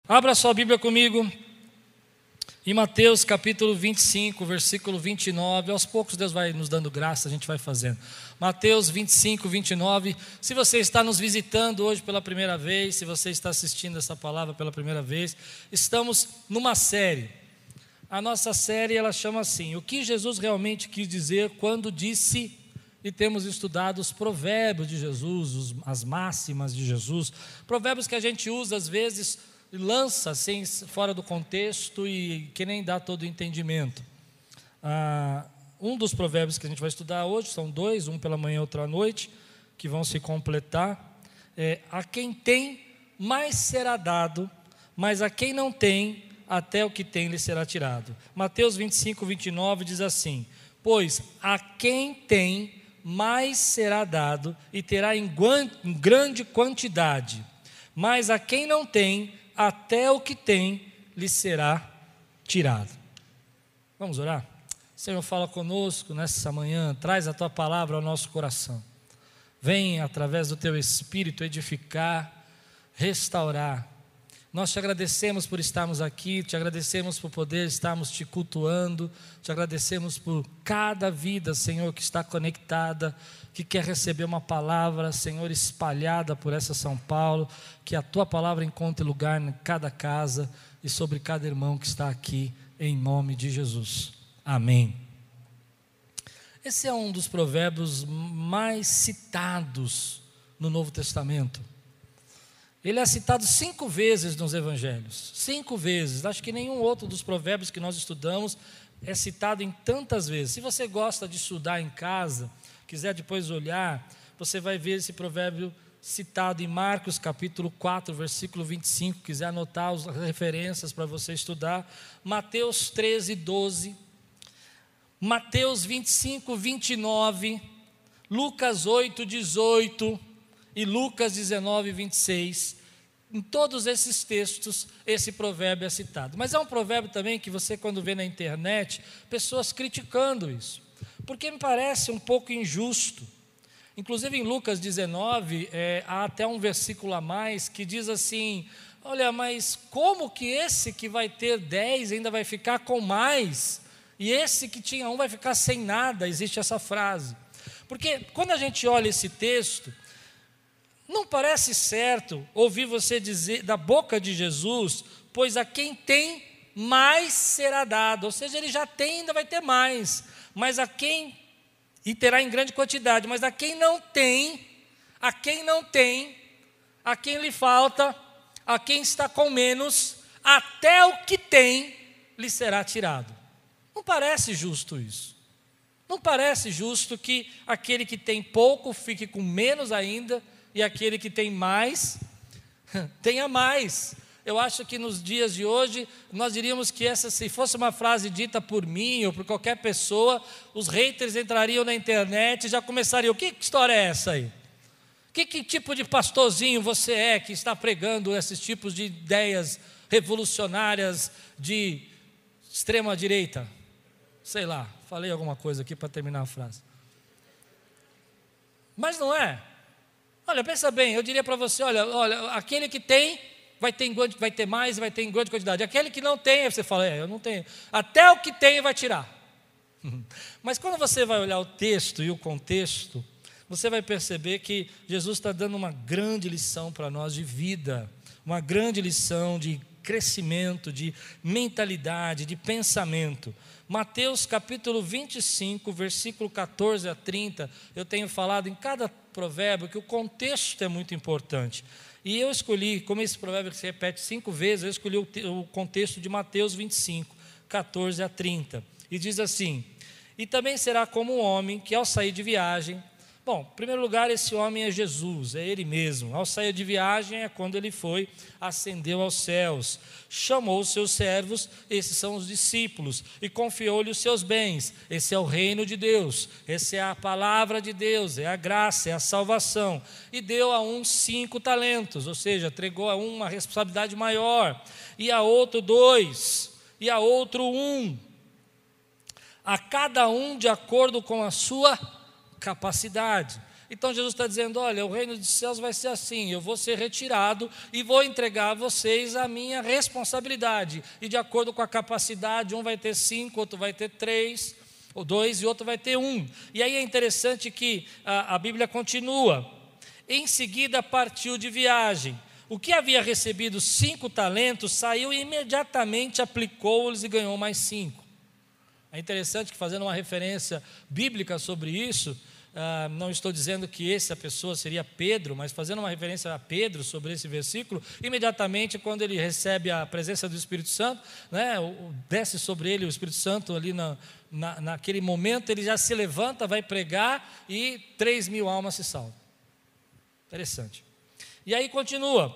Abra sua Bíblia comigo em Mateus capítulo 25, versículo 29. Aos poucos Deus vai nos dando graça, a gente vai fazendo. Mateus 25, 29. Se você está nos visitando hoje pela primeira vez, se você está assistindo essa palavra pela primeira vez, estamos numa série. A nossa série, ela chama assim: o que Jesus realmente quis dizer quando disse, e temos estudado os provérbios de Jesus, as máximas de Jesus, provérbios que a gente usa às vezes, lança assim fora do contexto e que nem dá todo o entendimento. Um dos provérbios que a gente vai estudar hoje, são dois, um pela manhã e outro à noite, que vão se completar. A quem tem, mais será dado, mas a quem não tem, até o que tem lhe será tirado. Mateus 25, 29 diz assim: pois a quem tem, mais será dado e terá em grande quantidade, mas a quem não tem, até o que tem lhe será tirado. Vamos orar? Senhor, fala conosco nessa manhã, traz a Tua palavra ao nosso coração. Vem, através do Teu Espírito, edificar, restaurar. Nós te agradecemos por estarmos aqui, te agradecemos por poder estarmos te cultuando, te agradecemos por cada vida, Senhor, que está conectada, que quer receber uma palavra, Senhor, espalhada por essa São Paulo, que a Tua palavra encontre lugar em cada casa e sobre cada irmão que está aqui, em nome de Jesus. Amém. Esse é um dos provérbios mais citados no Novo Testamento. Ele é citado 5 vezes nos evangelhos, 5 vezes, acho que nenhum outro dos provérbios que nós estudamos é citado em tantas vezes. Se você gosta de estudar em casa, quiser depois olhar, você vai ver esse provérbio citado em Marcos capítulo 4, versículo 25, quiser anotar as referências para você estudar, Mateus 13, 12, Mateus 25, 29, Lucas 8, 18, e Lucas 19, 26, em todos esses textos, esse provérbio é citado. Mas é um provérbio também que você, quando vê na internet, pessoas criticando isso, porque me parece um pouco injusto. Inclusive em Lucas 19, há até um versículo a mais que diz assim: olha, mas como que esse que vai ter 10 ainda vai ficar com mais, e esse que tinha 1 vai ficar sem nada? Existe essa frase, porque quando a gente olha esse texto, não parece certo ouvir você dizer da boca de Jesus: pois a quem tem, mais será dado. Ou seja, ele já tem, ainda vai ter mais, mas a quem, e terá em grande quantidade, mas a quem não tem, a quem lhe falta, a quem está com menos, até o que tem lhe será tirado. Não parece justo isso. Não parece justo que aquele que tem pouco fique com menos ainda, e aquele que tem mais, tenha mais. Eu acho que nos dias de hoje, nós diríamos que essa, se fosse uma frase dita por mim ou por qualquer pessoa, os haters entrariam na internet e já começariam: que história é essa aí? Que tipo de pastorzinho você é que está pregando esses tipos de ideias revolucionárias de extrema direita? Sei lá, falei alguma coisa aqui para terminar a frase. Mas não é. Olha, pensa bem, eu diria para você: olha, aquele que tem, vai ter mais, vai ter em grande quantidade. Aquele que não tem, você fala: eu não tenho. Até o que tem vai tirar. Mas quando você vai olhar o texto e o contexto, você vai perceber que Jesus está dando uma grande lição para nós de vida, uma grande lição de crescimento, de mentalidade, de pensamento. Mateus capítulo 25, versículo 14 a 30, eu tenho falado em cada provérbio que o contexto é muito importante. E eu escolhi, como esse provérbio se repete 5 vezes, eu escolhi o contexto de Mateus 25, 14 a 30. E diz assim: e também será como um homem que, ao sair de viagem... Bom, em primeiro lugar, esse homem é Jesus, é Ele mesmo. Ao sair de viagem é quando Ele foi, ascendeu aos céus, chamou os seus servos, esses são os discípulos, e confiou-lhe os seus bens. Esse é o reino de Deus, essa é a palavra de Deus, é a graça, é a salvação. E deu a um 5 talentos, ou seja, entregou a um uma responsabilidade maior, e a outro 2, e a outro 1, a cada um de acordo com a sua capacidade. Então Jesus está dizendo: olha, o reino dos céus vai ser assim, eu vou ser retirado e vou entregar a vocês a minha responsabilidade, e de acordo com a capacidade, um vai ter 5, outro vai ter 3, ou 2, e outro vai ter 1. E aí é interessante que a Bíblia continua: em seguida partiu de viagem. O que havia recebido 5 talentos, saiu e imediatamente aplicou-os e ganhou mais 5. É interessante que, fazendo uma referência bíblica sobre isso, não estou dizendo que essa pessoa seria Pedro, mas fazendo uma referência a Pedro sobre esse versículo, imediatamente quando ele recebe a presença do Espírito Santo, né, desce sobre ele o Espírito Santo ali naquele momento, ele já se levanta, vai pregar e 3.000 almas se salvam. Interessante. E aí continua: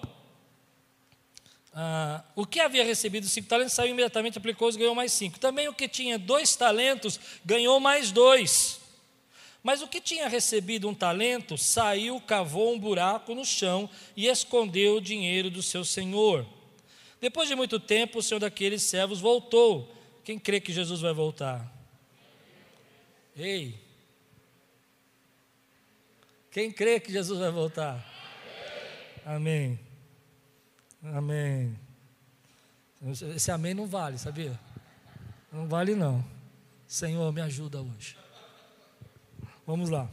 o que havia recebido 5 talentos, saiu imediatamente, aplicou-os e ganhou mais 5. Também o que tinha 2 talentos, ganhou mais 2. Mas o que tinha recebido 1 talento, saiu, cavou um buraco no chão e escondeu o dinheiro do seu senhor. Depois de muito tempo, o senhor daqueles servos voltou. Quem crê que Jesus vai voltar? Ei! Quem crê que Jesus vai voltar? Amém. Amém. Esse amém não vale, sabia? Não vale não. Senhor, me ajuda hoje. Vamos lá.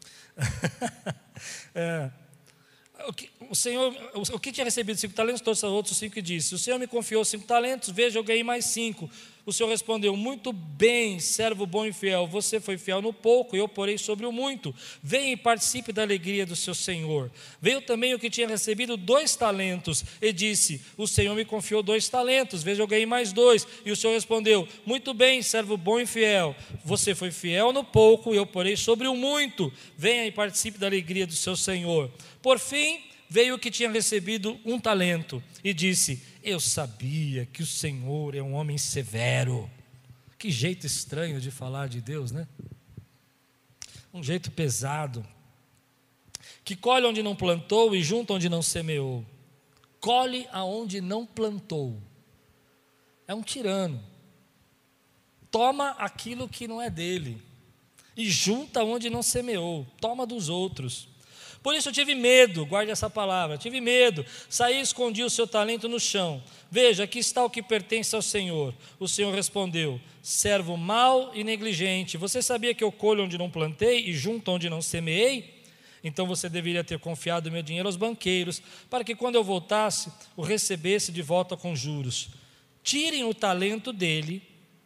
O que tinha recebido 5 talentos, trouxe aos outros 5 e disse: o Senhor me confiou 5 talentos, veja, eu ganhei mais 5. O Senhor respondeu: muito bem, servo bom e fiel, você foi fiel no pouco, eu porei sobre o muito. Venha e participe da alegria do seu Senhor. Veio também o que tinha recebido 2 talentos e disse: o Senhor me confiou 2 talentos, veja, eu ganhei mais 2. E o Senhor respondeu: muito bem, servo bom e fiel, você foi fiel no pouco, eu porei sobre o muito. Venha e participe da alegria do seu Senhor. Por fim, veio o que tinha recebido 1 talento e disse: eu sabia que o Senhor é um homem severo. Que jeito estranho de falar de Deus, né? Um jeito pesado, que colhe onde não plantou e junta onde não semeou. Colhe aonde não plantou. É um tirano. Toma aquilo que não é dele e junta onde não semeou. Toma dos outros. Por isso eu tive medo, guarde essa palavra, tive medo, saí e escondi o seu talento no chão. Veja, aqui está o que pertence ao Senhor. O Senhor respondeu: servo mau e negligente, você sabia que eu colho onde não plantei e junto onde não semeei? Então você deveria ter confiado o meu dinheiro aos banqueiros, para que quando eu voltasse, o recebesse de volta com juros. Tirem o talento dele.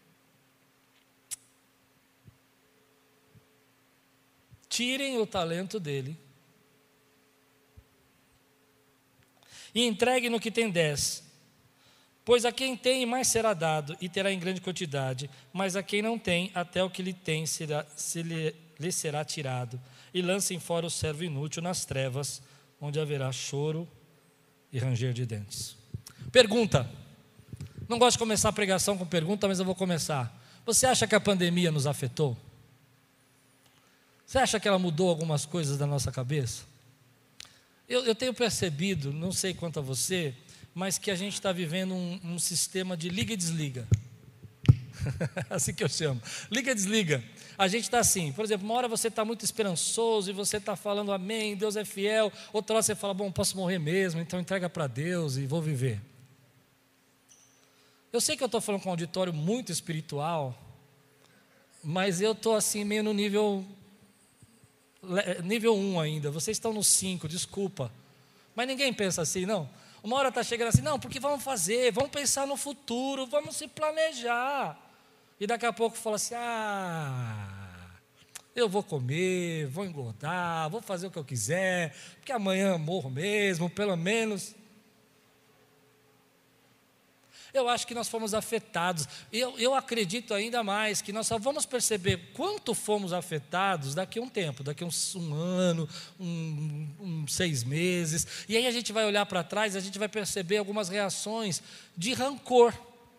Tirem o talento dele e entregue no que tem 10, pois a quem tem mais será dado e terá em grande quantidade, mas a quem não tem, até o que lhe tem lhe será tirado. E lancem fora o servo inútil nas trevas, onde haverá choro e ranger de dentes. Pergunta. Não gosto de começar a pregação com pergunta, mas eu vou começar. Você acha que a pandemia nos afetou? Você acha que ela mudou algumas coisas da nossa cabeça? Eu tenho percebido, não sei quanto a você, mas que a gente está vivendo um sistema de liga e desliga. Assim que eu chamo. Liga e desliga. A gente está assim, por exemplo, uma hora você está muito esperançoso e você está falando amém, Deus é fiel. Outra hora você fala, bom, posso morrer mesmo, então entrega para Deus e vou viver. Eu sei que eu estou falando com um auditório muito espiritual, mas eu estou assim meio no nível 1 ainda, vocês estão no 5, desculpa, mas ninguém pensa assim, não. Uma hora está chegando assim, não, porque vamos fazer, vamos pensar no futuro, vamos se planejar, e daqui a pouco fala assim, eu vou comer, vou engordar, vou fazer o que eu quiser, porque amanhã morro mesmo, pelo menos. Eu acho que nós fomos afetados. Eu acredito ainda mais que nós só vamos perceber quanto fomos afetados daqui a um tempo, daqui a um ano, 6 meses. E aí a gente vai olhar para trás, a gente vai perceber algumas reações de rancor.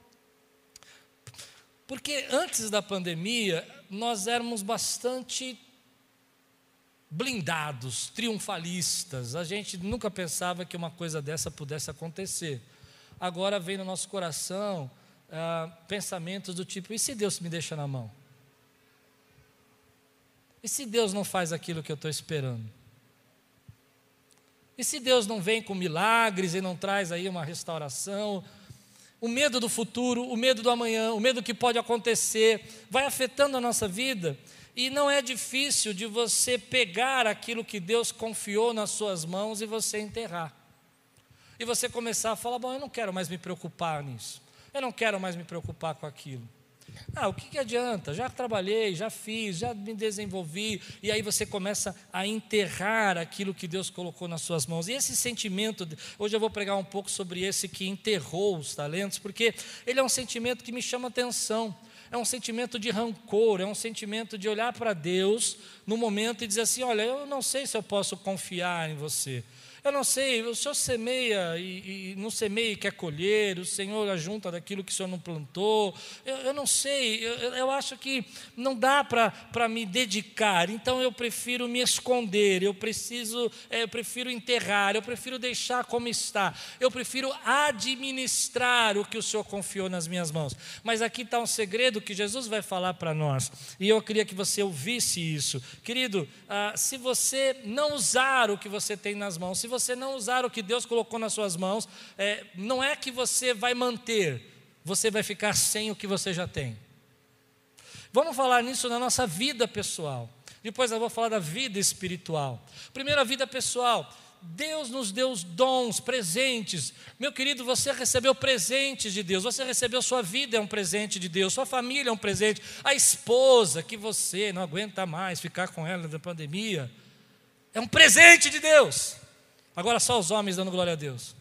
Porque antes da pandemia, nós éramos bastante blindados, triunfalistas. A gente nunca pensava que uma coisa dessa pudesse acontecer. Agora vem no nosso coração pensamentos do tipo, e se Deus me deixa na mão? E se Deus não faz aquilo que eu estou esperando? E se Deus não vem com milagres e não traz aí uma restauração? O medo do futuro, o medo do amanhã, o medo que pode acontecer, vai afetando a nossa vida. E não é difícil de você pegar aquilo que Deus confiou nas suas mãos e você enterrar. E você começar a falar, bom, eu não quero mais me preocupar nisso. Eu não quero mais me preocupar com aquilo. O que adianta? Já trabalhei, já fiz, já me desenvolvi. E aí você começa a enterrar aquilo que Deus colocou nas suas mãos. E esse sentimento, hoje eu vou pregar um pouco sobre esse que enterrou os talentos, porque ele é um sentimento que me chama atenção. É um sentimento de rancor, é um sentimento de olhar para Deus no momento e dizer assim, olha, eu não sei se eu posso confiar em você. Eu não sei, o Senhor semeia e não semeia e quer colher, o Senhor ajunta daquilo que o Senhor não plantou, eu não sei, eu acho que não dá para me dedicar, então eu prefiro me esconder, eu prefiro enterrar, eu prefiro deixar como está, eu prefiro administrar o que o Senhor confiou nas minhas mãos. Mas aqui está um segredo que Jesus vai falar para nós, e eu queria que você ouvisse isso. Querido, se você não usar o que você tem nas mãos, se você não usar o que Deus colocou nas suas mãos, não é que você vai manter, você vai ficar sem o que você já tem. Vamos falar nisso na nossa vida pessoal. Depois eu vou falar da vida espiritual. Primeiro, a vida pessoal. Deus nos deu os dons, presentes. Meu querido, você recebeu presentes de Deus. Você recebeu sua vida, é um presente de Deus. Sua família é um presente. A esposa que você não aguenta mais ficar com ela na pandemia, é um presente de Deus. Agora só os homens dando glória a Deus.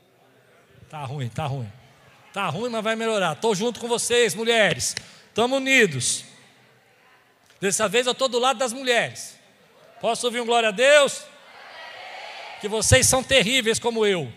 Tá ruim. Tá ruim, mas vai melhorar. Estou junto com vocês, mulheres. Estamos unidos. Dessa vez eu estou do lado das mulheres. Posso ouvir um glória a Deus? Que vocês são terríveis como eu.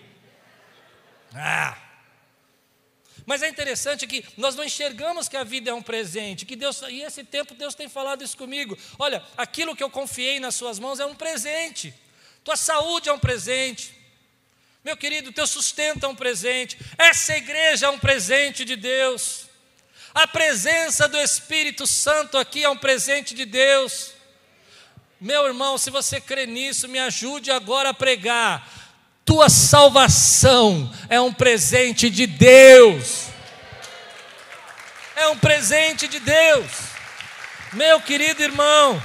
Mas é interessante que nós não enxergamos que a vida é um presente, que Deus, e esse tempo Deus tem falado isso comigo. Olha, aquilo que eu confiei nas suas mãos é um presente. Tua saúde é um presente. Meu querido, teu sustento é um presente. Essa igreja é um presente de Deus. A presença do Espírito Santo aqui é um presente de Deus. Meu irmão, se você crê nisso, me ajude agora a pregar. Tua salvação é um presente de Deus. É um presente de Deus. Meu querido irmão,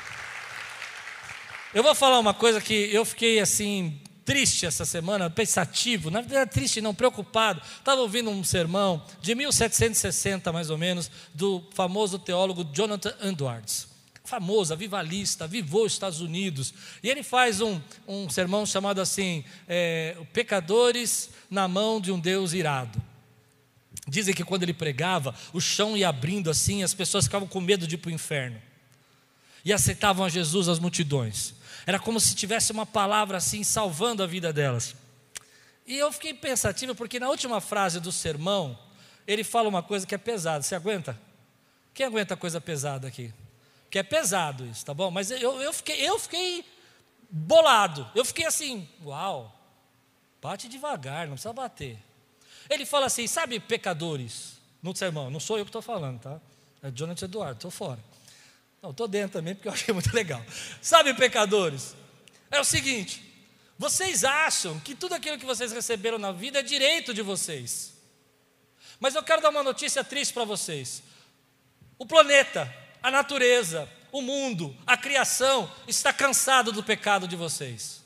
eu vou falar uma coisa que eu fiquei assim, triste essa semana, pensativo, na verdade triste não, preocupado. Estava ouvindo um sermão de 1760 mais ou menos, do famoso teólogo Jonathan Edwards. Famoso, avivalista, avivou os Estados Unidos. E ele faz um sermão chamado assim, Pecadores na mão de um Deus irado. Dizem que quando ele pregava, o chão ia abrindo assim, as pessoas ficavam com medo de ir para o inferno. E aceitavam a Jesus as multidões. Era como se tivesse uma palavra assim, salvando a vida delas. E eu fiquei pensativo, porque na última frase do sermão, ele fala uma coisa que é pesada. Você aguenta? Quem aguenta coisa pesada aqui? Que é pesado isso, tá bom? Mas eu fiquei bolado. Eu fiquei assim, uau, bate devagar, não precisa bater. Ele fala assim, sabe pecadores? No sermão, não sou eu que estou falando, tá? É Jonathan Edwards, estou fora. Não, estou dentro também, porque eu achei muito legal. Sabe, pecadores? É o seguinte, vocês acham que tudo aquilo que vocês receberam na vida é direito de vocês. Mas eu quero dar uma notícia triste para vocês. O planeta, a natureza, o mundo, a criação está cansado do pecado de vocês.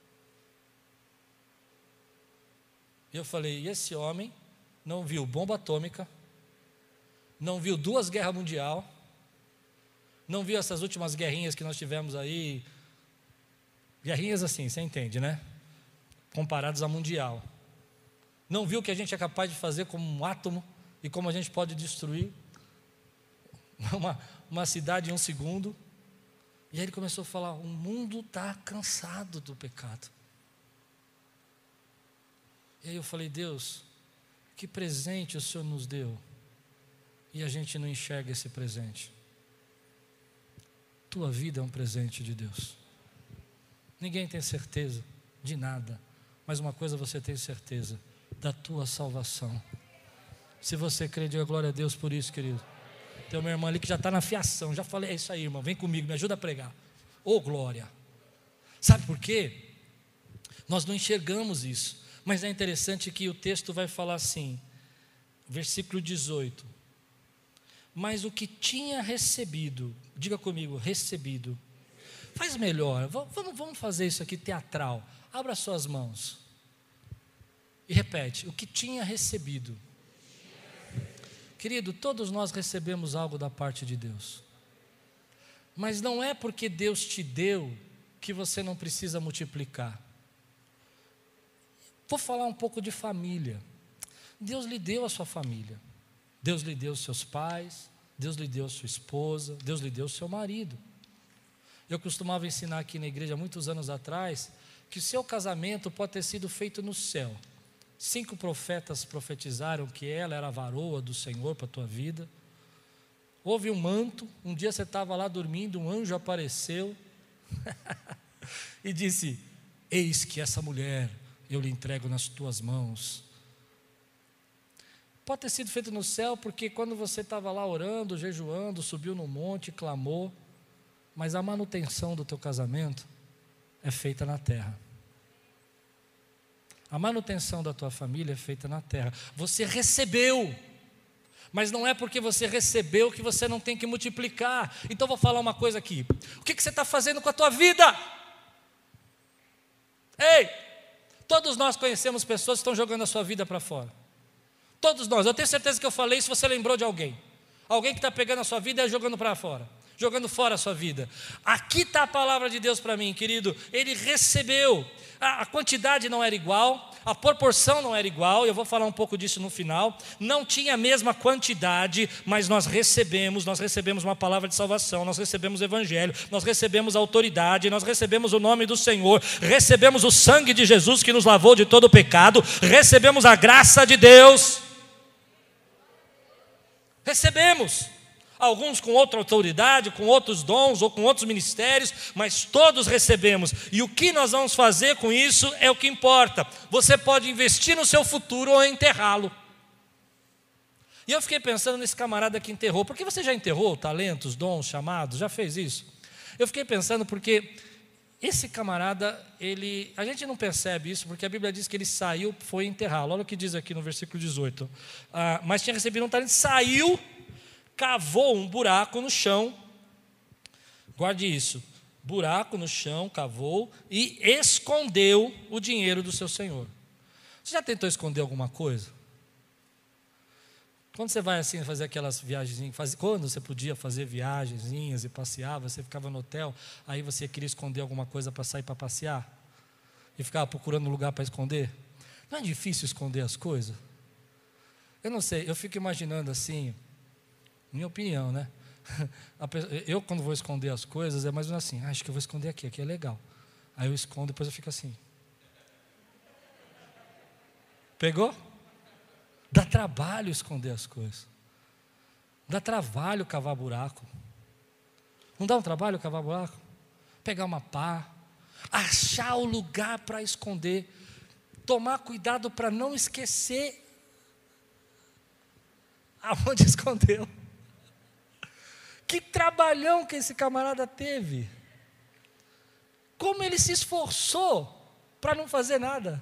E eu falei, e esse homem não viu bomba atômica, não viu 2 guerras mundiais, não viu essas últimas guerrinhas que nós tivemos aí, guerrinhas assim, você entende, né? Comparadas à mundial. Não viu o que a gente é capaz de fazer como um átomo e como a gente pode destruir uma cidade em um segundo. E aí ele começou a falar, o mundo está cansado do pecado. E aí eu falei, Deus, que presente o Senhor nos deu, e a gente não enxerga esse presente. Tua vida é um presente de Deus. Ninguém tem certeza de nada, mas uma coisa você tem certeza, da tua salvação. Se você crê, diga glória a Deus por isso, querido. Tem uma irmã ali que já está na fiação. Já falei, é isso aí, irmão, vem comigo, me ajuda a pregar. Ô, glória! Sabe por quê? Nós não enxergamos isso. Mas é interessante que o texto vai falar assim, versículo 18. Mas o que tinha recebido, diga comigo, recebido. Faz melhor, vamos fazer isso aqui teatral. Abra suas mãos. E repete, o que tinha recebido. Querido, todos nós recebemos algo da parte de Deus. Mas não é porque Deus te deu que você não precisa multiplicar. Vou falar um pouco de família. Deus lhe deu a sua família. Deus lhe deu os seus pais, Deus lhe deu a sua esposa, Deus lhe deu o seu marido. Eu costumava ensinar aqui na igreja, muitos anos atrás, que o seu casamento pode ter sido feito no céu. 5 profetas profetizaram que ela era a varoa do Senhor para a tua vida. Houve um manto, um dia você estava lá dormindo, um anjo apareceu e disse, eis que essa mulher eu lhe entrego nas tuas mãos. Pode ter sido feito no céu, porque quando você estava lá orando, jejuando, subiu no monte, clamou, mas a manutenção do teu casamento é feita na terra. A manutenção da tua família é feita na terra. Você recebeu, mas não é porque você recebeu que você não tem que multiplicar. Então vou falar uma coisa aqui. O que você está fazendo com a tua vida? Ei, todos nós conhecemos pessoas que estão jogando a sua vida para fora. Todos nós, eu tenho certeza que eu falei isso, você lembrou de alguém. Alguém que está pegando a sua vida e jogando para fora, jogando fora a sua vida. Aqui está a palavra de Deus para mim, querido. Ele recebeu, a quantidade não era igual, a proporção não era igual, eu vou falar um pouco disso no final. Não tinha a mesma quantidade, mas nós recebemos uma palavra de salvação, nós recebemos o evangelho, nós recebemos a autoridade, nós recebemos o nome do Senhor, recebemos o sangue de Jesus que nos lavou de todo o pecado, recebemos a graça de Deus. Recebemos, alguns com outra autoridade, com outros dons ou com outros ministérios, mas todos recebemos. E o que nós vamos fazer com isso é o que importa. Você pode investir no seu futuro ou enterrá-lo. E eu fiquei pensando nesse camarada que enterrou. Porque você já enterrou talentos, dons, chamados? Já fez isso? Eu fiquei pensando porque esse camarada, a gente não percebe isso, porque a Bíblia diz que ele saiu, foi enterrá-lo. Olha o que diz aqui no versículo 18. Mas tinha recebido um talento, saiu, cavou um buraco no chão, guarde isso, buraco no chão, cavou e escondeu o dinheiro do seu senhor. Você já tentou esconder alguma coisa? Quando você vai assim fazer aquelas viagens, quando você podia fazer viagenzinhas e passeava, você ficava no hotel, aí você queria esconder alguma coisa para sair para passear e ficava procurando um lugar para esconder. Não é difícil esconder as coisas? Eu não sei, eu fico imaginando assim, minha opinião, né? Eu quando vou esconder as coisas é mais ou menos assim, acho que eu vou esconder aqui é legal. Aí eu escondo, depois eu fico assim. Pegou? Dá trabalho esconder as coisas. Dá trabalho cavar buraco. Não dá um trabalho cavar buraco? Pegar uma pá, achar o lugar para esconder, tomar cuidado para não esquecer aonde escondeu. Que trabalhão que esse camarada teve. Como ele se esforçou para não fazer nada.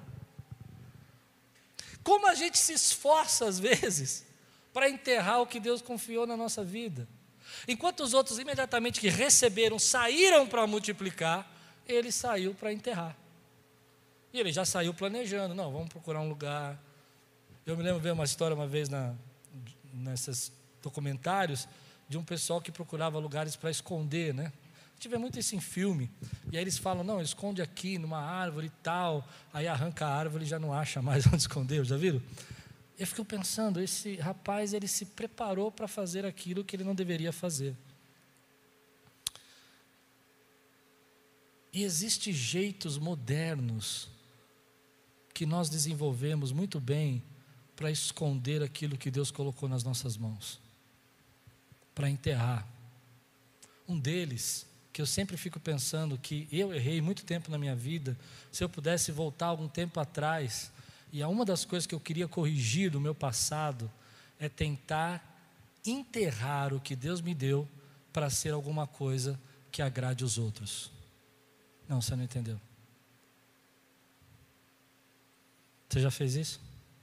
Como a gente se esforça às vezes para enterrar o que Deus confiou na nossa vida. Enquanto os outros imediatamente que receberam, saíram para multiplicar, ele saiu para enterrar. E ele já saiu planejando, não, vamos procurar um lugar. Eu me lembro de ver uma história uma vez nesses documentários, de um pessoal que procurava lugares para esconder, né? A gente vê muito isso em filme, e aí eles falam, não, esconde aqui numa árvore e tal, aí arranca a árvore e já não acha mais onde esconder, já viram? Eu fico pensando, esse rapaz, ele se preparou para fazer aquilo que ele não deveria fazer. E existem jeitos modernos que nós desenvolvemos muito bem para esconder aquilo que Deus colocou nas nossas mãos, para enterrar. Um deles, que eu sempre fico pensando que eu errei muito tempo na minha vida, se eu pudesse voltar algum tempo atrás, e uma das coisas que eu queria corrigir do meu passado, é tentar enterrar o que Deus me deu para ser alguma coisa que agrade os outros. Não, você não entendeu. Você já fez isso?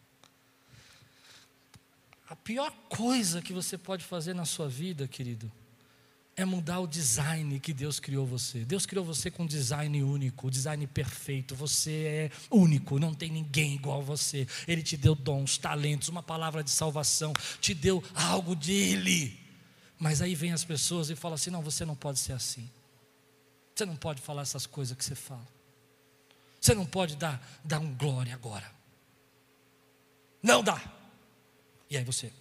A pior coisa que você pode fazer na sua vida, querido, é mudar o design que Deus criou você. Deus criou você com um design único, um design perfeito. Você é único, não tem ninguém igual a você. Ele te deu dons, talentos, uma palavra de salvação, te deu algo dele. Mas aí vem as pessoas e falam assim: não, você não pode ser assim. Você não pode falar essas coisas que você fala. Você não pode dar um glória agora. Não dá. E aí você...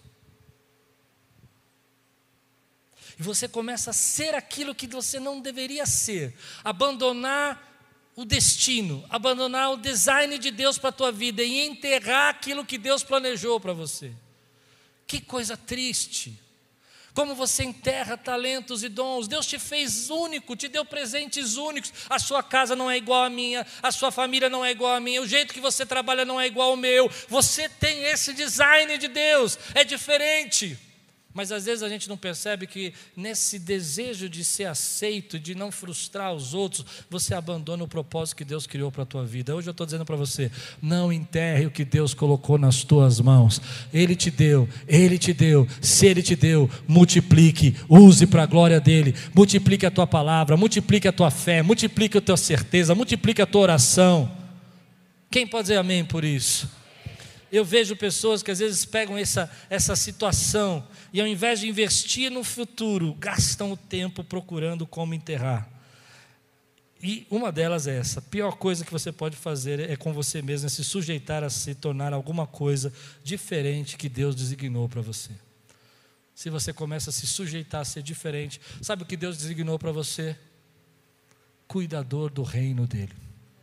E você começa a ser aquilo que você não deveria ser. Abandonar o destino, abandonar o design de Deus para a tua vida e enterrar aquilo que Deus planejou para você. Que coisa triste. Como você enterra talentos e dons. Deus te fez único, te deu presentes únicos. A sua casa não é igual à minha, a sua família não é igual à minha, o jeito que você trabalha não é igual ao meu. Você tem esse design de Deus, é diferente. Mas às vezes a gente não percebe que nesse desejo de ser aceito, de não frustrar os outros, você abandona o propósito que Deus criou para a tua vida. Hoje eu estou dizendo para você: não enterre o que Deus colocou nas tuas mãos. Ele te deu, se Ele te deu, multiplique, use para a glória dEle, multiplique a tua palavra, multiplique a tua fé, multiplique a tua certeza, multiplique a tua oração. Quem pode dizer amém por isso? Eu vejo pessoas que às vezes pegam essa situação e ao invés de investir no futuro, gastam o tempo procurando como enterrar. E uma delas é essa: a pior coisa que você pode fazer é com você mesmo, é se sujeitar a se tornar alguma coisa diferente que Deus designou para você. Se você começa a se sujeitar a ser diferente, sabe o que Deus designou para você? Cuidador do reino dEle.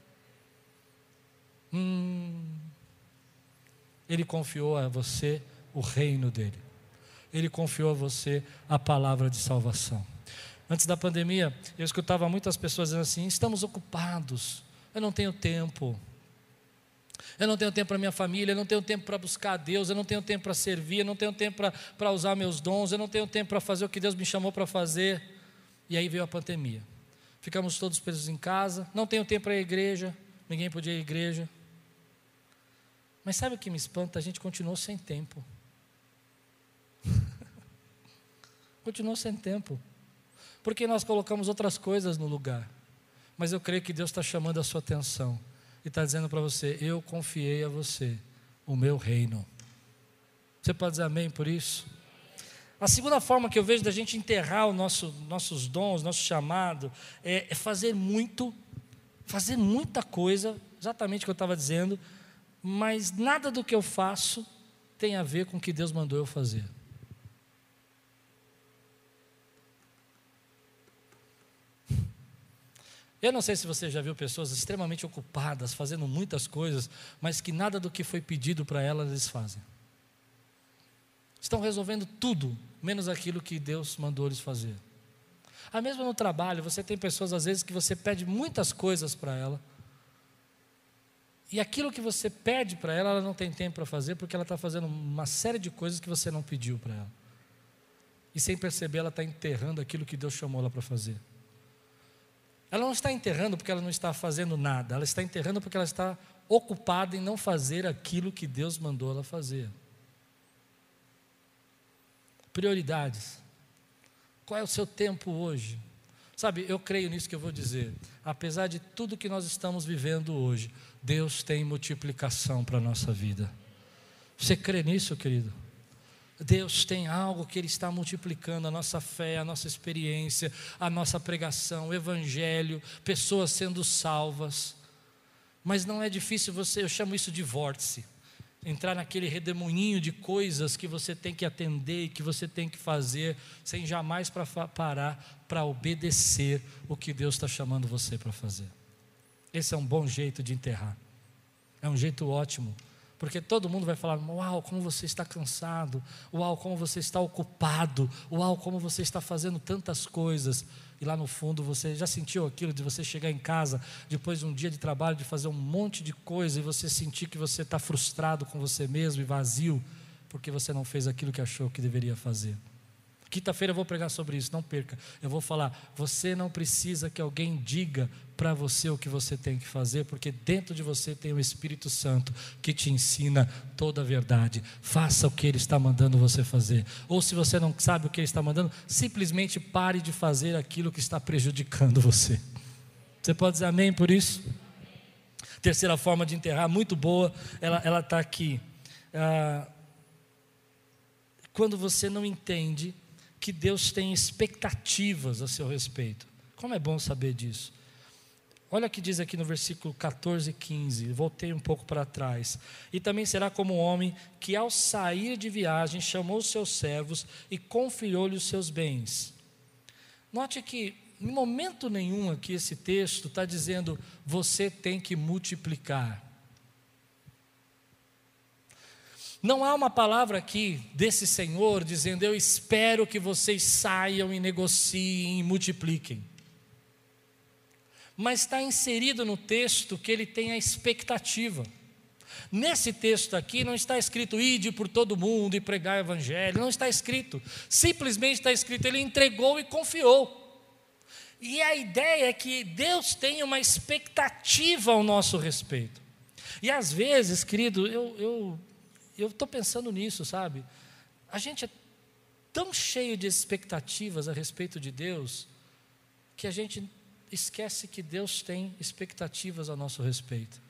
Ele confiou a você o reino dEle. Ele confiou a você a palavra de salvação. Antes da pandemia, eu escutava muitas pessoas dizendo assim: estamos ocupados, eu não tenho tempo. Eu não tenho tempo para minha família, eu não tenho tempo para buscar a Deus, eu não tenho tempo para servir, eu não tenho tempo para usar meus dons, eu não tenho tempo para fazer o que Deus me chamou para fazer. E aí veio a pandemia. Ficamos todos presos em casa, não tenho tempo para ir à igreja, ninguém podia ir à igreja. Mas sabe o que me espanta? A gente continuou sem tempo. Continuou sem tempo. Porque nós colocamos outras coisas no lugar. Mas eu creio que Deus está chamando a sua atenção. E está dizendo para você: eu confiei a você o meu reino. Você pode dizer amém por isso? A segunda forma que eu vejo da gente enterrar nossos dons, nosso chamado, é fazer muita coisa, exatamente o que eu estava dizendo, mas nada do que eu faço tem a ver com o que Deus mandou eu fazer. Eu não sei se você já viu pessoas extremamente ocupadas, fazendo muitas coisas, mas que nada do que foi pedido para elas eles fazem. Estão resolvendo tudo, menos aquilo que Deus mandou eles fazer. Mesmo no trabalho, você tem pessoas às vezes que você pede muitas coisas para ela, e aquilo que você pede para ela, ela não tem tempo para fazer, porque ela está fazendo uma série de coisas que você não pediu para ela. E sem perceber, ela está enterrando aquilo que Deus chamou ela para fazer. Ela não está enterrando porque ela não está fazendo nada. Ela está enterrando porque ela está ocupada em não fazer aquilo que Deus mandou ela fazer. Prioridades. Qual é o seu tempo hoje? Sabe, eu creio nisso que eu vou dizer. Apesar de tudo que nós estamos vivendo hoje, Deus tem multiplicação para a nossa vida. Você crê nisso, querido? Deus tem algo que Ele está multiplicando: a nossa fé, a nossa experiência, a nossa pregação, o Evangelho, pessoas sendo salvas. Mas não é difícil eu chamo isso de vórtice. Entrar naquele redemoinho de coisas que você tem que atender e que você tem que fazer, sem jamais parar para obedecer o que Deus está chamando você para fazer. Esse é um bom jeito de enterrar. É um jeito ótimo. Porque todo mundo vai falar: uau, como você está cansado, uau, como você está ocupado, uau, como você está fazendo tantas coisas. E lá no fundo você já sentiu aquilo de você chegar em casa depois de um dia de trabalho, de fazer um monte de coisa, e você sentir que você está frustrado com você mesmo e vazio, porque você não fez aquilo que achou que deveria fazer. Quinta-feira eu vou pregar sobre isso, não perca. Eu vou falar, você não precisa que alguém diga para você o que você tem que fazer, porque dentro de você tem o Espírito Santo que te ensina toda a verdade. Faça o que Ele está mandando você fazer. Ou se você não sabe o que Ele está mandando, simplesmente pare de fazer aquilo que está prejudicando você. Você pode dizer amém por isso? Terceira forma de enterrar, muito boa, ela está aqui. Quando você não entende que Deus tem expectativas a seu respeito. Como é bom saber disso. Olha o que diz aqui no versículo 14 e 15, voltei um pouco para trás. E também será como um homem que ao sair de viagem chamou seus servos e confiou-lhe os seus bens. Note que em momento nenhum aqui esse texto está dizendo você tem que multiplicar. Não há uma palavra aqui desse Senhor dizendo eu espero que vocês saiam e negociem e multipliquem. Mas está inserido no texto que ele tem a expectativa. Nesse texto aqui não está escrito ide por todo mundo e pregar o evangelho, não está escrito. Simplesmente está escrito ele entregou e confiou. E a ideia é que Deus tem uma expectativa ao nosso respeito. E às vezes, querido, eu estou pensando nisso, sabe? A gente é tão cheio de expectativas a respeito de Deus, que a gente esquece que Deus tem expectativas a nosso respeito.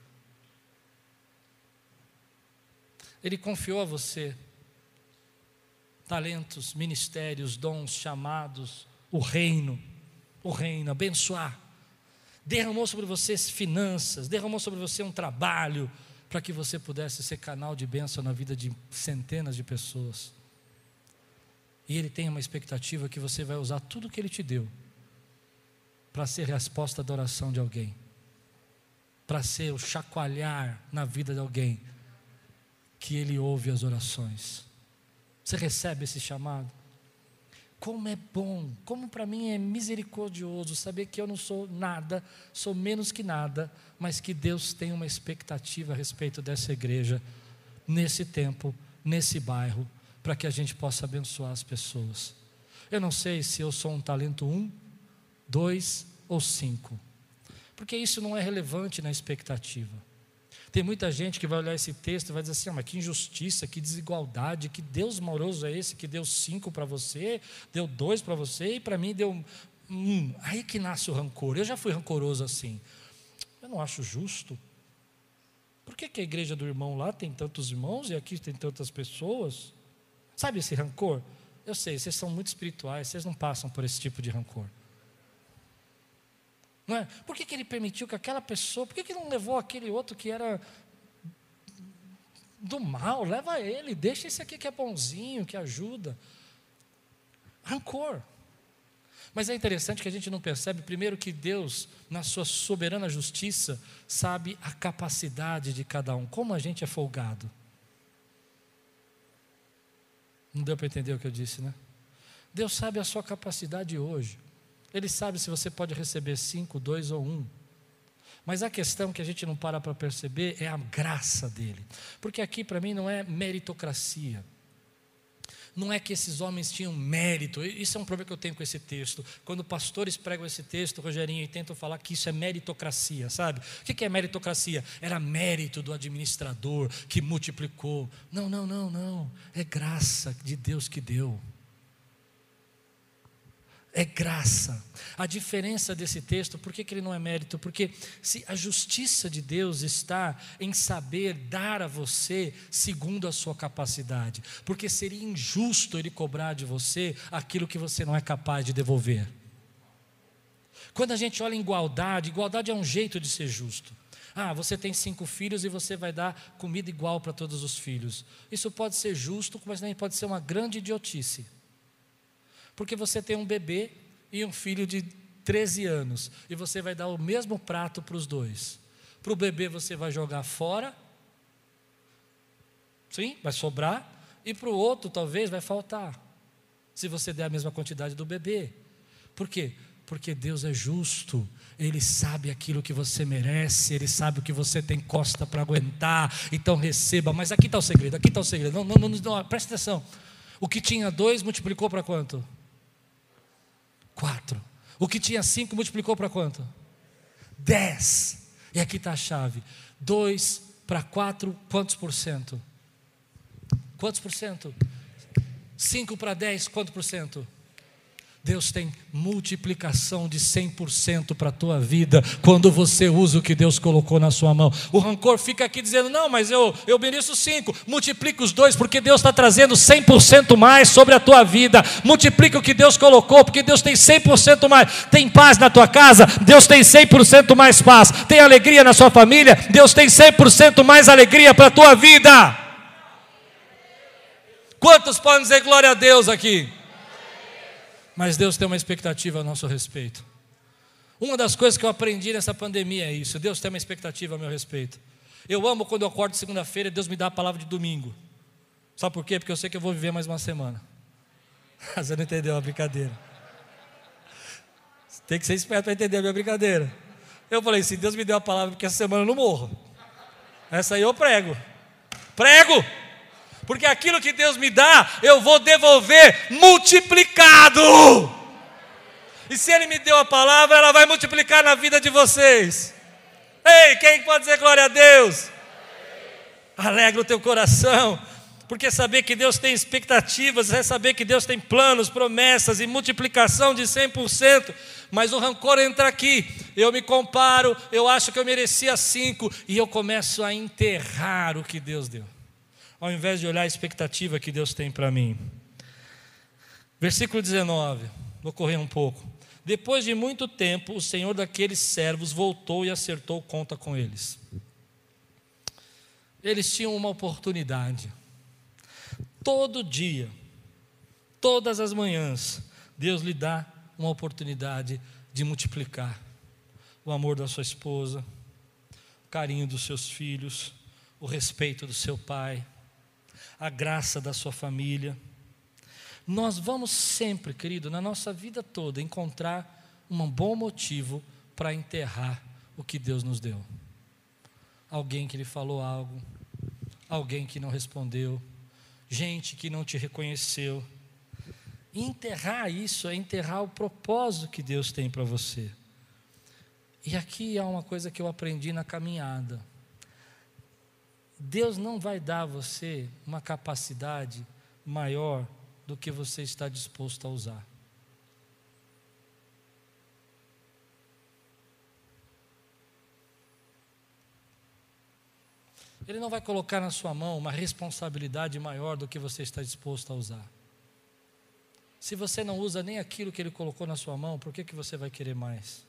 Ele confiou a você talentos, ministérios, dons, chamados, o reino, abençoar. Derramou sobre você finanças, derramou sobre você um trabalho, para que você pudesse ser canal de bênção na vida de centenas de pessoas. E Ele tem uma expectativa que você vai usar tudo que Ele te deu para ser resposta da oração de alguém, para ser o chacoalhar na vida de alguém que Ele ouve as orações. Você recebe esse chamado? Como é bom, como para mim é misericordioso saber que eu não sou nada, sou menos que nada, mas que Deus tem uma expectativa a respeito dessa igreja, nesse tempo, nesse bairro, para que a gente possa abençoar as pessoas. Eu não sei se eu sou um talento 1, 2 ou 5, porque isso não é relevante na expectativa. Tem muita gente que vai olhar esse texto e vai dizer assim, mas que injustiça, que desigualdade, que Deus moroso é esse que deu 5 para você, deu 2 para você e para mim deu 1. Aí que nasce o rancor. Eu já fui rancoroso assim. Eu não acho justo. Por que a igreja do irmão lá tem tantos irmãos e aqui tem tantas pessoas? Sabe esse rancor? Eu sei, vocês são muito espirituais, vocês não passam por esse tipo de rancor. Não é? Por que Ele permitiu que aquela pessoa, por que não levou aquele outro que era do mal? Leva ele, deixa esse aqui que é bonzinho, que ajuda. Rancor. Mas é interessante que a gente não percebe, primeiro, que Deus, na sua soberana justiça, sabe a capacidade de cada um. Como a gente é folgado. Não deu para entender o que eu disse, né? Deus sabe a sua capacidade hoje. Ele sabe se você pode receber 5, 2 ou 1. Mas a questão que a gente não para perceber é a graça dele. Porque aqui para mim não é meritocracia. Não é que esses homens tinham mérito. Isso é um problema que eu tenho com esse texto. Quando pastores pregam esse texto, Rogerinho, e tentam falar que isso é meritocracia, sabe? O que é meritocracia? Era mérito do administrador que multiplicou. Não. É graça de Deus que deu. É graça. A diferença desse texto, por que ele não é mérito? Porque se a justiça de Deus está em saber dar a você segundo a sua capacidade, porque seria injusto Ele cobrar de você aquilo que você não é capaz de devolver. Quando a gente olha em igualdade é um jeito de ser justo. Você tem 5 filhos e você vai dar comida igual para todos os filhos. Isso pode ser justo, mas também pode ser uma grande idiotice. Porque você tem um bebê e um filho de 13 anos, e você vai dar o mesmo prato para os dois. Para o bebê você vai jogar fora, sim, vai sobrar, e para o outro talvez vai faltar, se você der a mesma quantidade do bebê. Por quê? Porque Deus é justo, Ele sabe aquilo que você merece, Ele sabe o que você tem costa para aguentar, então receba. Mas aqui está o segredo, Não, presta atenção. O que tinha 2 multiplicou para quanto? 4. O que tinha 5 multiplicou para quanto? 10. E aqui está a chave. 2 para 4, quantos por cento? Quantos por cento? 5 para 10, quanto por cento? Deus tem multiplicação de 100% para a tua vida, quando você usa o que Deus colocou na sua mão. O rancor fica aqui dizendo, não, mas eu mereço 5, multiplica os 2, porque Deus está trazendo 100% mais sobre a tua vida. Multiplica o que Deus colocou, porque Deus tem 100% mais. Tem paz na tua casa, Deus tem 100% mais paz. Tem alegria na sua família, Deus tem 100% mais alegria para a tua vida. Quantos podem dizer glória a Deus aqui? Mas Deus tem uma expectativa a nosso respeito. Uma das coisas que eu aprendi nessa pandemia é isso. Deus tem uma expectativa a meu respeito. Eu amo quando eu acordo segunda-feira e Deus me dá a palavra de domingo. Sabe por quê? Porque eu sei que eu vou viver mais uma semana. Você não entendeu a brincadeira. Tem que ser esperto para entender a minha brincadeira. Eu falei, se Deus me deu a palavra, porque essa semana eu não morro. Essa aí eu prego. Prego! Porque aquilo que Deus me dá, eu vou devolver multiplicado. E se Ele me deu a palavra, ela vai multiplicar na vida de vocês. Ei, quem pode dizer glória a Deus? Alegra o teu coração, porque saber que Deus tem expectativas, é saber que Deus tem planos, promessas e multiplicação de 100%. Mas o rancor entra aqui, eu me comparo, eu acho que eu merecia 5, e eu começo a enterrar o que Deus deu, ao invés de olhar a expectativa que Deus tem para mim. Versículo 19, vou correr um pouco. Depois de muito tempo, o senhor daqueles servos voltou e acertou conta com eles. Eles tinham uma oportunidade. Todo dia, todas as manhãs, Deus lhe dá uma oportunidade de multiplicar o amor da sua esposa, o carinho dos seus filhos, o respeito do seu pai, a graça da sua família. Nós vamos sempre, querido, na nossa vida toda, encontrar um bom motivo para enterrar o que Deus nos deu. Alguém que lhe falou algo, alguém que não respondeu, gente que não te reconheceu. E enterrar isso é enterrar o propósito que Deus tem para você. E aqui há uma coisa que eu aprendi na caminhada. Deus não vai dar a você uma capacidade maior do que você está disposto a usar. Ele não vai colocar na sua mão uma responsabilidade maior do que você está disposto a usar. Se você não usa nem aquilo que Ele colocou na sua mão, por que você vai querer mais?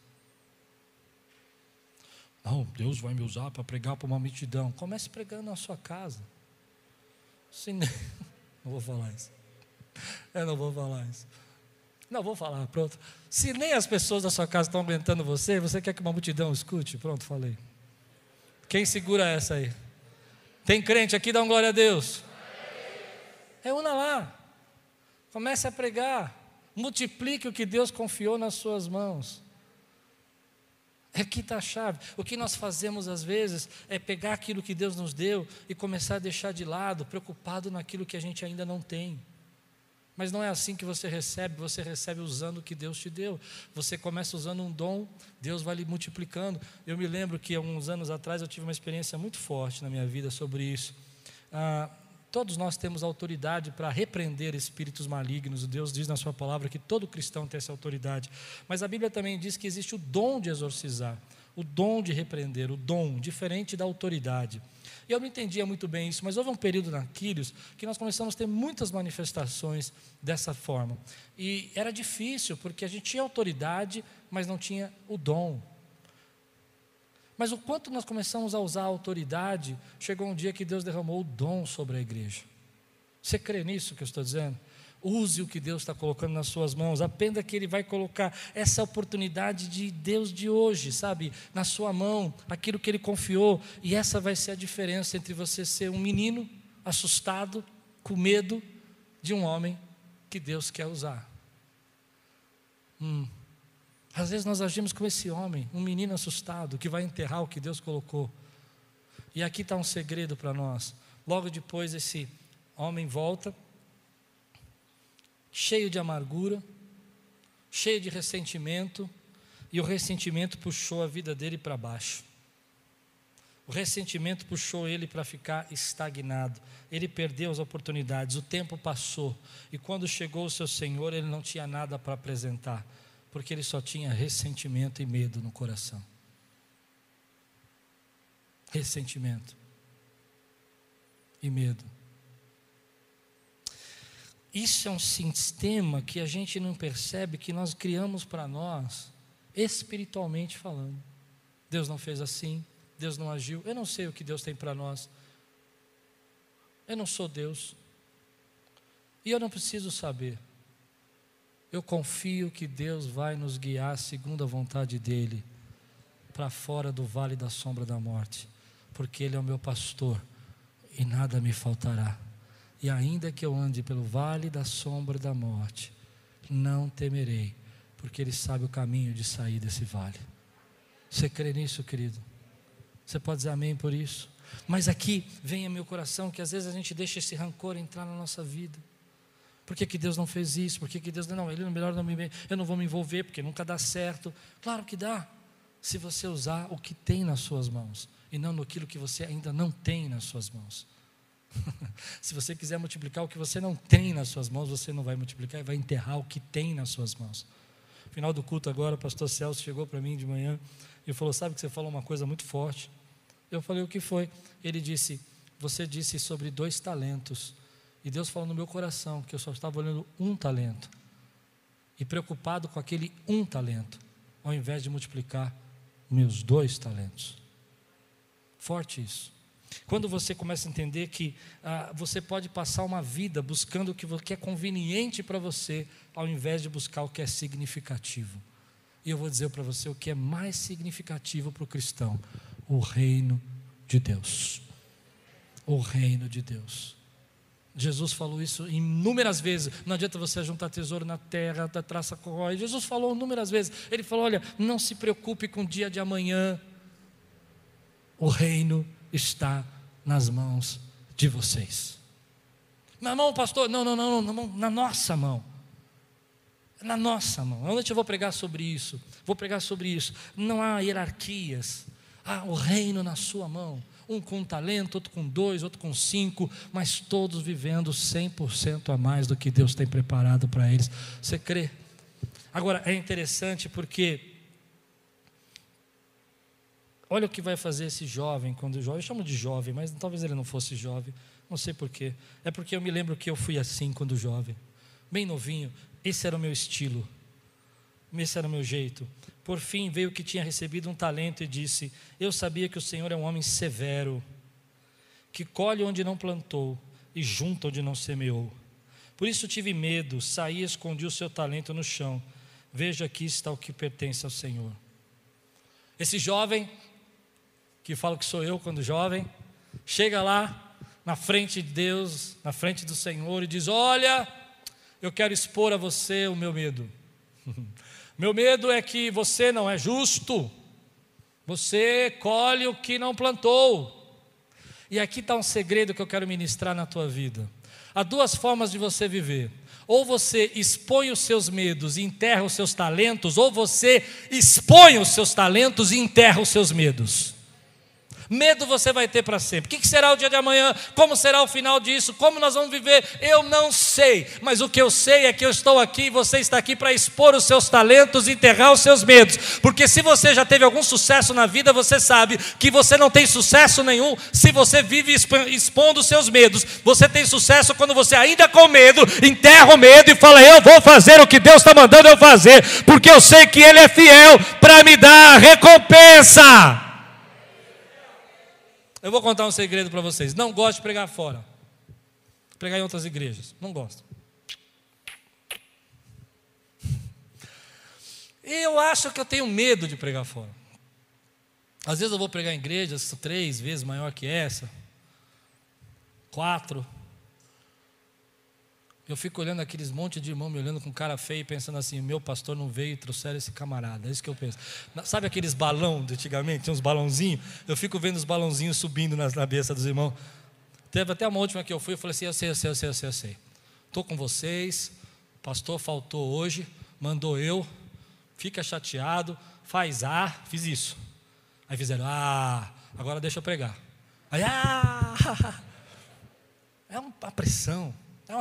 Não, Deus vai me usar para pregar para uma multidão. Comece pregando na sua casa. Não vou falar isso. Eu não vou falar isso. Não, vou falar, pronto. Se nem as pessoas da sua casa estão aguentando você, você quer que uma multidão escute? Pronto, falei. Quem segura essa aí? Tem crente aqui, dá um glória a Deus. Reúna lá. Comece a pregar. Multiplique o que Deus confiou nas suas mãos. Aqui está a chave. O que nós fazemos às vezes é pegar aquilo que Deus nos deu e começar a deixar de lado, preocupado naquilo que a gente ainda não tem. Mas não é assim que você recebe usando o que Deus te deu. Você começa usando um dom, Deus vai lhe multiplicando. Eu me lembro que há uns anos atrás eu tive uma experiência muito forte na minha vida sobre isso. Todos nós temos autoridade para repreender espíritos malignos. Deus diz na sua palavra que todo cristão tem essa autoridade. Mas a Bíblia também diz que existe o dom de exorcizar, o dom de repreender, o dom, diferente da autoridade. E eu não entendia muito bem isso, mas houve um período na Quírios que nós começamos a ter muitas manifestações dessa forma. E era difícil, porque a gente tinha autoridade, mas não tinha o dom. Mas o quanto nós começamos a usar a autoridade, chegou um dia que Deus derramou o dom sobre a igreja. Você crê nisso que eu estou dizendo? Use o que Deus está colocando nas suas mãos. Aprenda que Ele vai colocar essa oportunidade de Deus de hoje, sabe? Na sua mão, aquilo que Ele confiou. E essa vai ser a diferença entre você ser um menino assustado, com medo, de um homem que Deus quer usar. Às vezes nós agimos como esse homem, um menino assustado, que vai enterrar o que Deus colocou. E aqui está um segredo para nós. Logo depois esse homem volta cheio de amargura, cheio de ressentimento, e o ressentimento puxou a vida dele para baixo. O ressentimento puxou ele para ficar estagnado. Ele perdeu as oportunidades, o tempo passou, e quando chegou o seu Senhor, ele não tinha nada para apresentar, porque ele só tinha ressentimento e medo no coração. Ressentimento e medo. Isso é um sistema que a gente não percebe, que nós criamos para nós, espiritualmente falando. Deus não fez assim, Deus não agiu. Eu não sei o que Deus tem para nós. Eu não sou Deus. E eu não preciso saber. Eu confio que Deus vai nos guiar segundo a vontade dEle, para fora do vale da sombra da morte, porque Ele é o meu pastor e nada me faltará. E ainda que eu ande pelo vale da sombra da morte, não temerei, porque Ele sabe o caminho de sair desse vale. Você crê nisso, querido? Você pode dizer amém por isso? Mas aqui vem ao meu coração que às vezes a gente deixa esse rancor entrar na nossa vida. Por que Deus não fez isso? Por que Deus não? Ele melhor não eu não vou me envolver, porque nunca dá certo. Claro que dá, se você usar o que tem nas suas mãos, e não naquilo que você ainda não tem nas suas mãos. Se você quiser multiplicar o que você não tem nas suas mãos, você não vai multiplicar e vai enterrar o que tem nas suas mãos. No final do culto agora, o pastor Celso chegou para mim de manhã e falou: sabe que você falou uma coisa muito forte? Eu falei: o que foi? Ele disse: você disse sobre 2 talentos, e Deus falou no meu coração que eu só estava olhando 1 talento, e preocupado com aquele 1 talento, ao invés de multiplicar meus 2 talentos. Forte isso. Quando você começa a entender que você pode passar uma vida buscando o que é conveniente para você, ao invés de buscar o que é significativo. E eu vou dizer para você o que é mais significativo para o cristão: o reino de Deus. O reino de Deus. Jesus falou isso inúmeras vezes. Não adianta você juntar tesouro na terra, da traça corrói. Jesus falou inúmeras vezes. Ele falou: olha, não se preocupe com o dia de amanhã. O reino está nas mãos de vocês. Na mão, pastor? Não, na nossa mão. Na nossa mão. Onde eu vou pregar sobre isso? Vou pregar sobre isso. Não há hierarquias. Há o reino na sua mão. Um com 1 talento, outro com 2, outro com 5, mas todos vivendo 100% a mais do que Deus tem preparado para eles. Você crê? Agora, é interessante porque olha o que vai fazer esse jovem, quando jovem, eu chamo de jovem, mas talvez ele não fosse jovem, não sei porquê. É porque eu me lembro que eu fui assim quando jovem, bem novinho. Esse era o meu estilo, esse era o meu jeito. Por fim veio o que tinha recebido 1 talento e disse: eu sabia que o Senhor é um homem severo, que colhe onde não plantou e junta onde não semeou. Por isso tive medo, saí e escondi o seu talento no chão. Veja, aqui está o que pertence ao Senhor. Esse jovem, que fala que sou eu quando jovem, chega lá na frente de Deus, na frente do Senhor, e diz: olha, eu quero expor a você o meu medo. Meu medo é que você não é justo, você colhe o que não plantou. E aqui está um segredo que eu quero ministrar na tua vida. Há 2 formas de você viver: ou você expõe os seus medos e enterra os seus talentos, ou você expõe os seus talentos e enterra os seus medos. Medo você vai ter para sempre. O que será o dia de amanhã? Como será o final disso? Como nós vamos viver? Eu não sei, mas o que eu sei é que eu estou aqui e você está aqui para expor os seus talentos e enterrar os seus medos. Porque se você já teve algum sucesso na vida, você sabe que você não tem sucesso nenhum se você vive expondo os seus medos. Você tem sucesso quando você, ainda com medo, enterra o medo e fala: eu vou fazer o que Deus está mandando eu fazer, porque eu sei que Ele é fiel para me dar a recompensa. Eu vou contar um segredo para vocês. Não gosto de pregar fora, pregar em outras igrejas, não gosto. Eu acho que eu tenho medo de pregar fora. Às vezes eu vou pregar em igrejas 3 vezes maior que essa, 4. Eu fico olhando aqueles monte de irmão me olhando com cara feia e pensando assim: meu pastor não veio e trouxeram esse camarada. É isso que eu penso. Sabe aqueles balão de antigamente? Tinha uns balãozinhos. Eu fico vendo os balãozinhos subindo na cabeça dos irmãos. Teve até uma última que eu fui, eu falei assim: eu sei. Estou com vocês, pastor faltou hoje, mandou eu, fica chateado, faz fiz isso. Aí fizeram, agora deixa eu pregar. Aí, é uma pressão,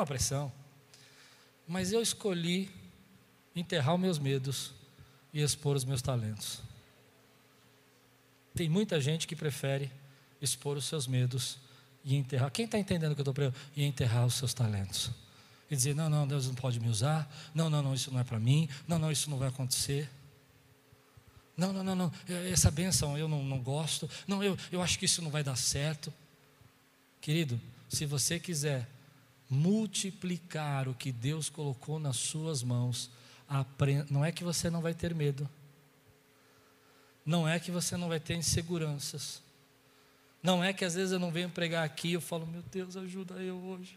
Mas eu escolhi enterrar os meus medos e expor os meus talentos. Tem muita gente que prefere expor os seus medos e enterrar. Quem está entendendo o que eu estou pregando? E enterrar os seus talentos. E dizer, não, Deus não pode me usar. Não, isso não é para mim. Não, isso não vai acontecer. Não, essa bênção eu não gosto. Não, eu acho que isso não vai dar certo. Querido, se você quiser multiplicar o que Deus colocou nas suas mãos, não é que você não vai ter medo. Não é que você não vai ter inseguranças. Não é que às vezes eu não venho pregar aqui e eu falo, meu Deus, ajuda eu hoje.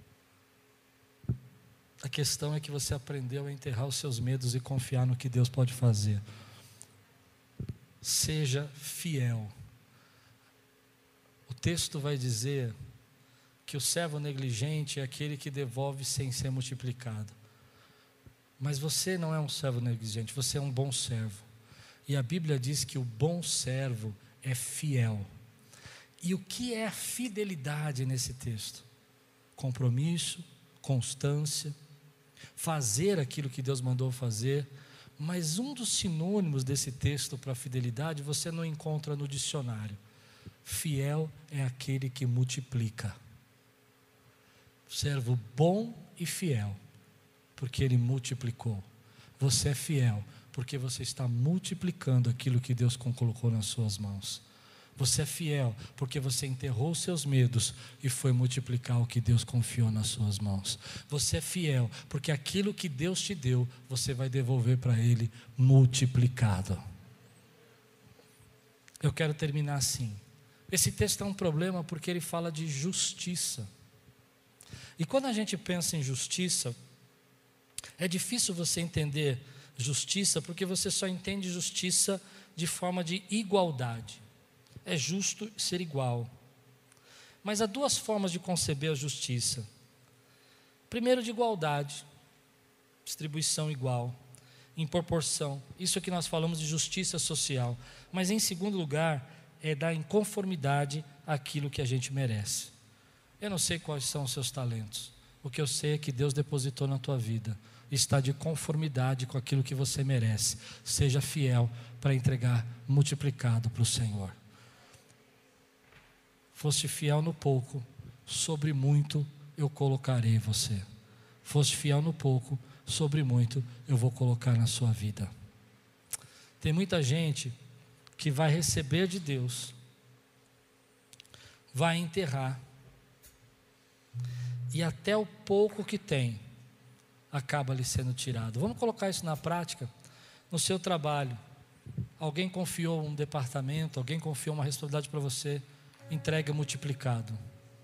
A questão é que você aprendeu a enterrar os seus medos e confiar no que Deus pode fazer. Seja fiel. O texto vai dizer que o servo negligente é aquele que devolve sem ser multiplicado. Mas você não é um servo negligente, você é um bom servo. E a Bíblia diz que o bom servo é fiel. E o que é a fidelidade nesse texto? Compromisso, constância, fazer aquilo que Deus mandou fazer. Mas um dos sinônimos desse texto para fidelidade você não encontra no dicionário. Fiel é aquele que multiplica. Servo bom e fiel, porque ele multiplicou. Você é fiel, porque você está multiplicando aquilo que Deus colocou nas suas mãos. Você é fiel, porque você enterrou os seus medos e foi multiplicar o que Deus confiou nas suas mãos. Você é fiel, porque aquilo que Deus te deu, você vai devolver para Ele multiplicado. Eu quero terminar assim. Esse texto é um problema porque ele fala de justiça. E quando a gente pensa em justiça, é difícil você entender justiça, porque você só entende justiça de forma de igualdade. É justo ser igual. Mas há duas formas de conceber a justiça. Primeiro, de igualdade, distribuição igual, em proporção. Isso é que nós falamos de justiça social. Mas em segundo lugar, é dar em conformidade àquilo que a gente merece. Eu não sei quais são os seus talentos. O que eu sei é que Deus depositou na tua vida. Está de conformidade com aquilo que você merece. Seja fiel para entregar multiplicado para o Senhor. Foste fiel no pouco, sobre muito eu colocarei você. Foste fiel no pouco, sobre muito eu vou colocar na sua vida. Tem muita gente que vai receber de Deus, vai enterrar, e até o pouco que tem, acaba lhe sendo tirado. Vamos colocar isso na prática, no seu trabalho. Alguém confiou um departamento, alguém confiou uma responsabilidade para você, entrega multiplicado.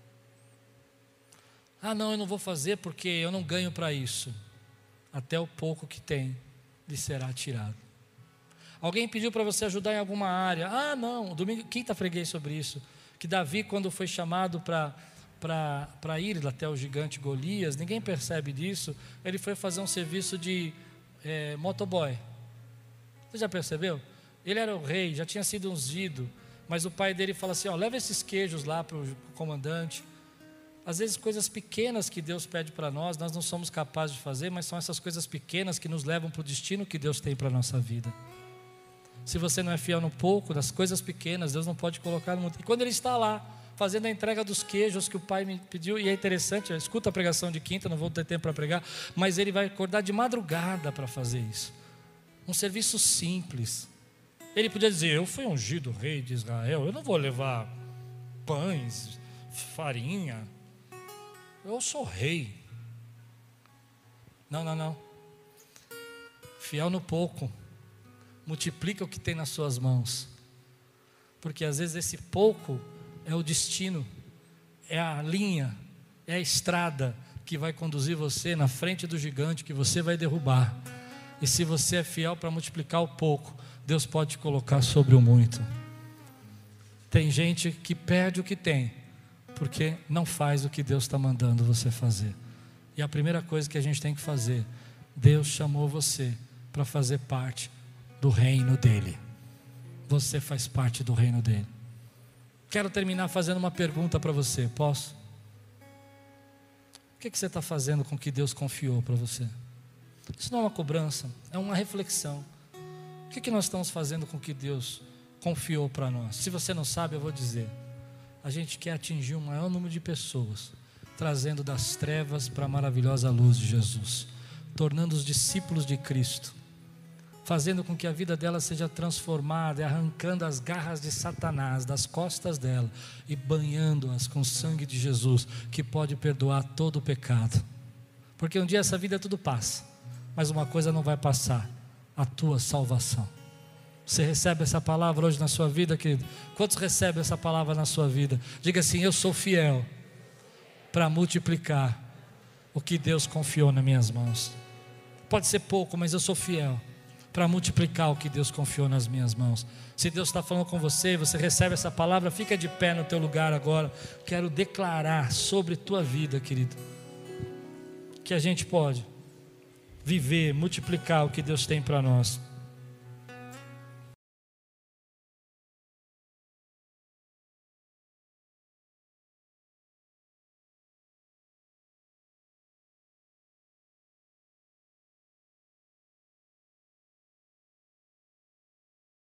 Não, eu não vou fazer porque eu não ganho para isso. Até o pouco que tem lhe será tirado. Alguém pediu para você ajudar em alguma área. Não, quinta preguei sobre isso. Que Davi, quando foi chamado para ir até o gigante Golias, ninguém percebe disso. Ele foi fazer um serviço de motoboy. Você já percebeu? Ele era o rei, já tinha sido ungido. Mas o pai dele fala assim, leva esses queijos lá para o comandante. Às vezes coisas pequenas que Deus pede para nós não somos capazes de fazer, mas são essas coisas pequenas que nos levam para o destino que Deus tem para a nossa vida. Se você não é fiel no pouco, das coisas pequenas, Deus não pode colocar no muito. E quando ele está lá, fazendo a entrega dos queijos que o pai me pediu, e é interessante, escuta a pregação de quinta, não vou ter tempo para pregar, mas ele vai acordar de madrugada para fazer isso. Um serviço simples. Ele podia dizer, eu fui ungido rei de Israel, eu não vou levar pães, farinha, eu sou rei. Não. Fiel no pouco, multiplica o que tem nas suas mãos, porque às vezes esse pouco é o destino, é a linha, é a estrada que vai conduzir você na frente do gigante que você vai derrubar. E se você é fiel para multiplicar o pouco, Deus pode te colocar sobre o muito. Tem gente que perde o que tem, porque não faz o que Deus está mandando você fazer. E a primeira coisa que a gente tem que fazer, Deus chamou você para fazer parte do reino dele. Você faz parte do reino dele. Quero terminar fazendo uma pergunta para você, posso? O que você está fazendo com o que Deus confiou para você? Isso não é uma cobrança, é uma reflexão. O que nós estamos fazendo com o que Deus confiou para nós? Se você não sabe, eu vou dizer. A gente quer atingir o maior número de pessoas, trazendo das trevas para a maravilhosa luz de Jesus, tornando os discípulos de Cristo, fazendo com que a vida dela seja transformada, arrancando as garras de Satanás das costas dela e banhando-as com o sangue de Jesus, que pode perdoar todo o pecado. Porque um dia essa vida tudo passa, mas uma coisa não vai passar: a tua salvação. Você recebe essa palavra hoje na sua vida, querido? Quantos recebem essa palavra na sua vida? Diga assim: eu sou fiel para multiplicar o que Deus confiou nas minhas mãos. Pode ser pouco, mas eu sou fiel para multiplicar o que Deus confiou nas minhas mãos. Se Deus está falando com você, você recebe essa palavra, fica de pé no teu lugar agora. Quero declarar sobre tua vida, querido, que a gente pode viver, multiplicar o que Deus tem para nós.